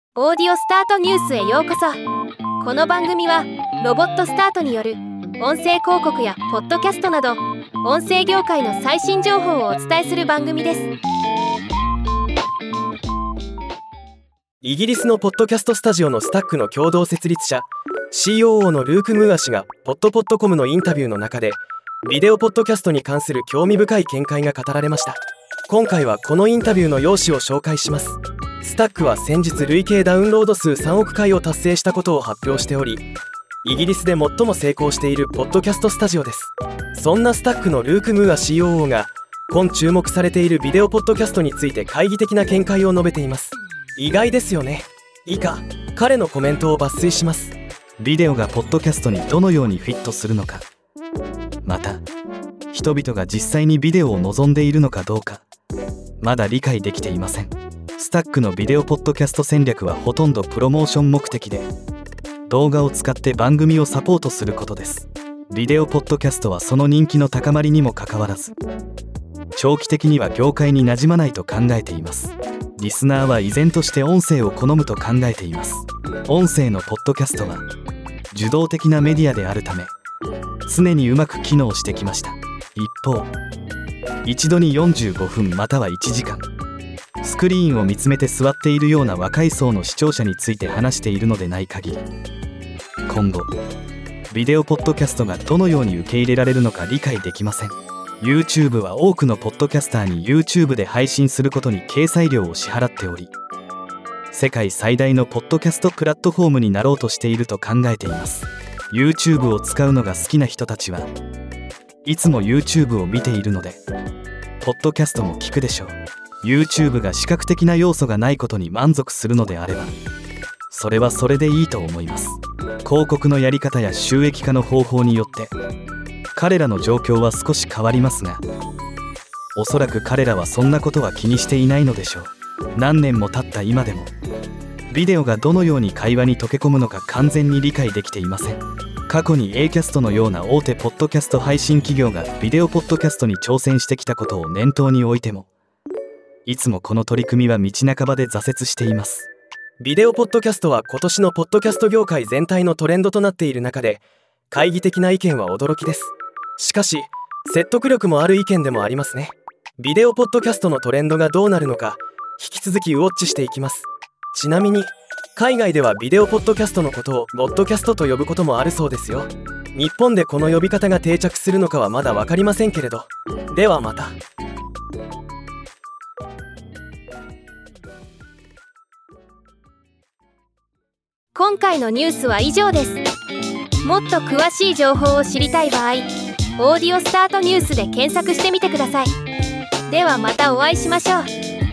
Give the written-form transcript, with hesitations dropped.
オーディオスタートニュースへようこそ。この番組はロボットスタートによる音声広告やポッドキャストなど音声業界の最新情報をお伝えする番組です。 イギリスのポッドキャストスタジオのスタックの共同設立者 COO のルーク・ムーア氏がポッドコムのインタビューの中でビデオポッドキャストに関する興味深い見解が語られました。今回はこのインタビューの要旨を紹介します。スタックは先日累計ダウンロード数3億回を達成したことを発表しており、イギリスで最も成功しているポッドキャストスタジオです。そんなスタックのルーク・ムーア COO が今注目されているビデオポッドキャストについて懐疑的な見解を述べています。意外ですよね。以下彼のコメントを抜粋します。 ビデオがポッドキャストにどのようにフィットするのか、また人々が実際にビデオを望んでいるのかどうか、まだ理解できていません。スタックのビデオポッドキャスト戦略はほとんどプロモーション目的で、動画を使って番組をサポートすることです。ビデオポッドキャストはその人気の高まりにもかかわらず、長期的には業界に馴染まないと考えています。リスナーは依然として音声を好むと考えています。音声のポッドキャストは受動的なメディアであるため、常にうまく機能してきました。一方、一度に45分または1時間スクリーンを見つめて座っているような若い層の視聴者について話しているのでない限り、今後ビデオポッドキャストがどのように受け入れられるのか理解できません。 YouTube は多くのポッドキャスターに YouTube で配信することに掲載料を支払っており、世界最大のポッドキャストプラットフォームになろうとしていると考えています。 YouTube を使うのが好きな人たちはいつも YouTube を見ているので、ポッドキャストも聞くでしょう。 YouTube が視覚的な要素がないことに満足するのであれば、それはそれでいいと思います。広告のやり方や収益化の方法によって彼らの状況は少し変わりますが、おそらく彼らはそんなことは気にしていないのでしょう。何年も経った今でもビデオがどのように会話に溶け込むのか完全に理解できていません。過去に Acast のような大手ポッドキャスト配信企業がビデオポッドキャストに挑戦してきたことを念頭に置いても、いつもこの取り組みは道半ばで挫折しています。 ビデオポッドキャストは今年のポッドキャスト業界全体のトレンドとなっている中で、懐疑的な意見は驚きです。しかし説得力もある意見でもありますね。ビデオポッドキャストのトレンドがどうなるのか引き続きウォッチしていきます。ちなみに海外ではビデオポッドキャストのことをモッドキャストと呼ぶこともあるそうですよ。日本でこの呼び方が定着するのかはまだ分かりませんけれど。ではまた。 今回のニュースは以上です。もっと詳しい情報を知りたい場合、オーディオスタートニュースで検索してみてください。ではまたお会いしましょう。